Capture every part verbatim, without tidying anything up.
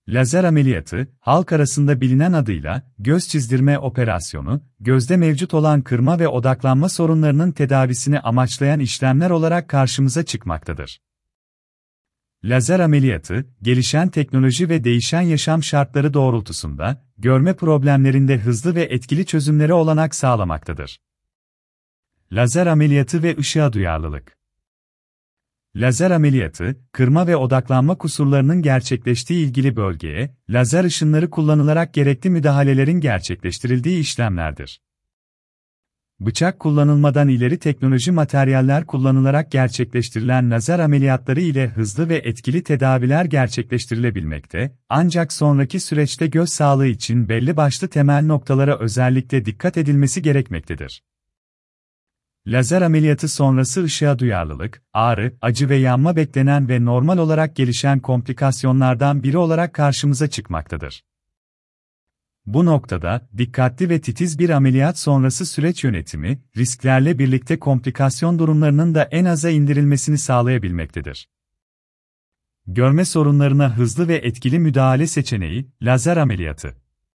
Lazer ameliyatı, halk arasında bilinen adıyla göz çizdirme operasyonu, gözde mevcut olan kırma ve odaklanma sorunlarının tedavisini amaçlayan işlemler olarak karşımıza çıkmaktadır. Lazer ameliyatı, gelişen teknoloji ve değişen yaşam şartları doğrultusunda, görme problemlerinde hızlı ve etkili çözümlere olanak sağlamaktadır. Lazer ameliyatı ve ışığa duyarlılık. Lazer ameliyatı, kırma ve odaklanma kusurlarının gerçekleştiği ilgili bölgeye, lazer ışınları kullanılarak gerekli müdahalelerin gerçekleştirildiği işlemlerdir. Bıçak kullanılmadan ileri teknoloji materyaller kullanılarak gerçekleştirilen lazer ameliyatları ile hızlı ve etkili tedaviler gerçekleştirilebilmekte, ancak sonraki süreçte göz sağlığı için belli başlı temel noktalara özellikle dikkat edilmesi gerekmektedir. Lazer ameliyatı sonrası ışığa duyarlılık, ağrı, acı ve yanma beklenen ve normal olarak gelişen komplikasyonlardan biri olarak karşımıza çıkmaktadır. Bu noktada, dikkatli ve titiz bir ameliyat sonrası süreç yönetimi, risklerle birlikte komplikasyon durumlarının da en aza indirilmesini sağlayabilmektedir. Görme sorunlarına hızlı ve etkili müdahale seçeneği, lazer ameliyatı.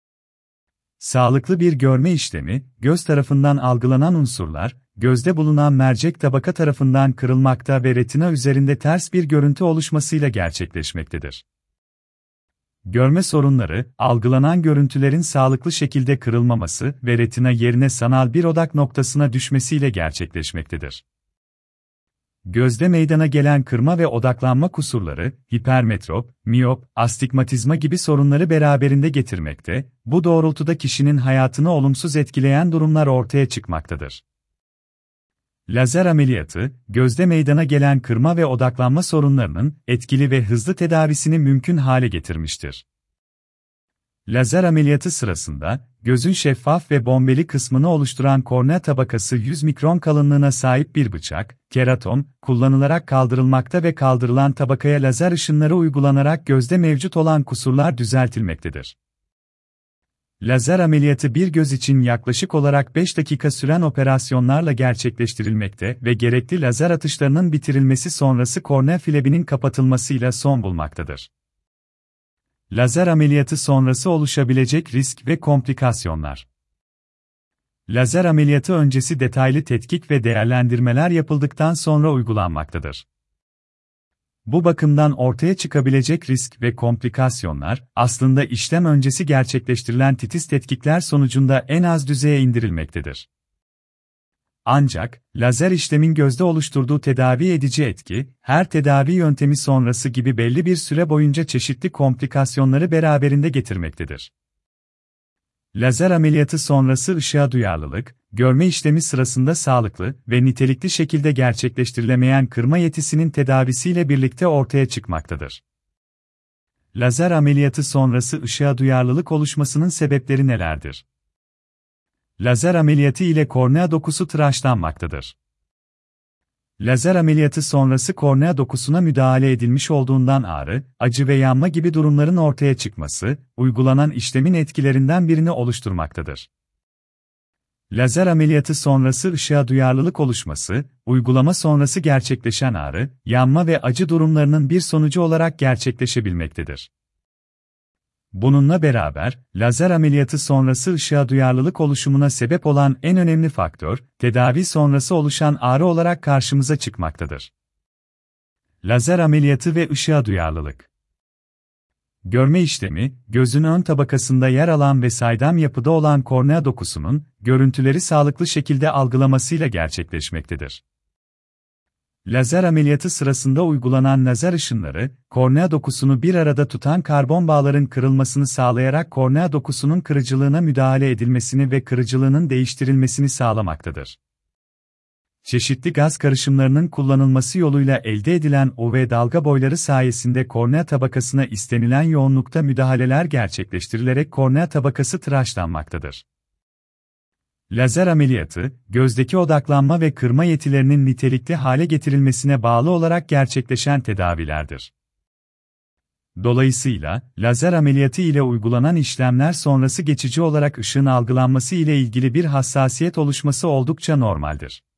Sağlıklı bir görme işlemi, göz tarafından algılanan unsurlar, gözde bulunan mercek tabaka tarafından kırılmakta ve retina üzerinde ters bir görüntü oluşmasıyla gerçekleşmektedir. Görme sorunları, algılanan görüntülerin sağlıklı şekilde kırılmaması ve retina yerine sanal bir odak noktasına düşmesiyle gerçekleşmektedir. Gözde meydana gelen kırma ve odaklanma kusurları, hipermetrop, miyop, astigmatizma gibi sorunları beraberinde getirmekte, bu doğrultuda kişinin hayatını olumsuz etkileyen durumlar ortaya çıkmaktadır. Lazer ameliyatı, gözde meydana gelen kırma ve odaklanma sorunlarının etkili ve hızlı tedavisini mümkün hale getirmiştir. Lazer ameliyatı sırasında, gözün şeffaf ve bombeli kısmını oluşturan kornea tabakası yüz mikron kalınlığına sahip bir bıçak, keratom, kullanılarak kaldırılmakta ve kaldırılan tabakaya lazer ışınları uygulanarak gözde mevcut olan kusurlar düzeltilmektedir. Lazer ameliyatı bir göz için yaklaşık olarak beş dakika süren operasyonlarla gerçekleştirilmekte ve gerekli lazer atışlarının bitirilmesi sonrası kornea filebinin kapatılmasıyla son bulmaktadır. Lazer ameliyatı sonrası oluşabilecek risk ve komplikasyonlar. Lazer ameliyatı öncesi detaylı tetkik ve değerlendirmeler yapıldıktan sonra uygulanmaktadır. Bu bakımdan ortaya çıkabilecek risk ve komplikasyonlar, aslında işlem öncesi gerçekleştirilen titiz tetkikler sonucunda en az düzeye indirilmektedir. Ancak, lazer işlemin gözde oluşturduğu tedavi edici etki, her tedavi yöntemi sonrası gibi belli bir süre boyunca çeşitli komplikasyonları beraberinde getirmektedir. Lazer ameliyatı sonrası ışığa duyarlılık, görme işlemi sırasında sağlıklı ve nitelikli şekilde gerçekleştirilemeyen kırma yetisinin tedavisiyle birlikte ortaya çıkmaktadır. Lazer ameliyatı sonrası ışığa duyarlılık oluşmasının sebepleri nelerdir? Lazer ameliyatı ile kornea dokusu tıraşlanmaktadır. Lazer ameliyatı sonrası kornea dokusuna müdahale edilmiş olduğundan ağrı, acı ve yanma gibi durumların ortaya çıkması, uygulanan işlemin etkilerinden birini oluşturmaktadır. Lazer ameliyatı sonrası ışığa duyarlılık oluşması, uygulama sonrası gerçekleşen ağrı, yanma ve acı durumlarının bir sonucu olarak gerçekleşebilmektedir. Bununla beraber, lazer ameliyatı sonrası ışığa duyarlılık oluşumuna sebep olan en önemli faktör, tedavi sonrası oluşan ağrı olarak karşımıza çıkmaktadır. Lazer ameliyatı ve ışığa duyarlılık. Görme işlemi, gözün ön tabakasında yer alan ve saydam yapıda olan kornea dokusunun, görüntüleri sağlıklı şekilde algılamasıyla gerçekleşmektedir. Lazer ameliyatı sırasında uygulanan lazer ışınları, kornea dokusunu bir arada tutan karbon bağların kırılmasını sağlayarak kornea dokusunun kırıcılığına müdahale edilmesini ve kırıcılığının değiştirilmesini sağlamaktadır. Çeşitli gaz karışımlarının kullanılması yoluyla elde edilen U V dalga boyları sayesinde kornea tabakasına istenilen yoğunlukta müdahaleler gerçekleştirilerek kornea tabakası tıraşlanmaktadır. Lazer ameliyatı, gözdeki odaklanma ve kırma yetilerinin nitelikli hale getirilmesine bağlı olarak gerçekleşen tedavilerdir. Dolayısıyla, lazer ameliyatı ile uygulanan işlemler sonrası geçici olarak ışığın algılanması ile ilgili bir hassasiyet oluşması oldukça normaldir.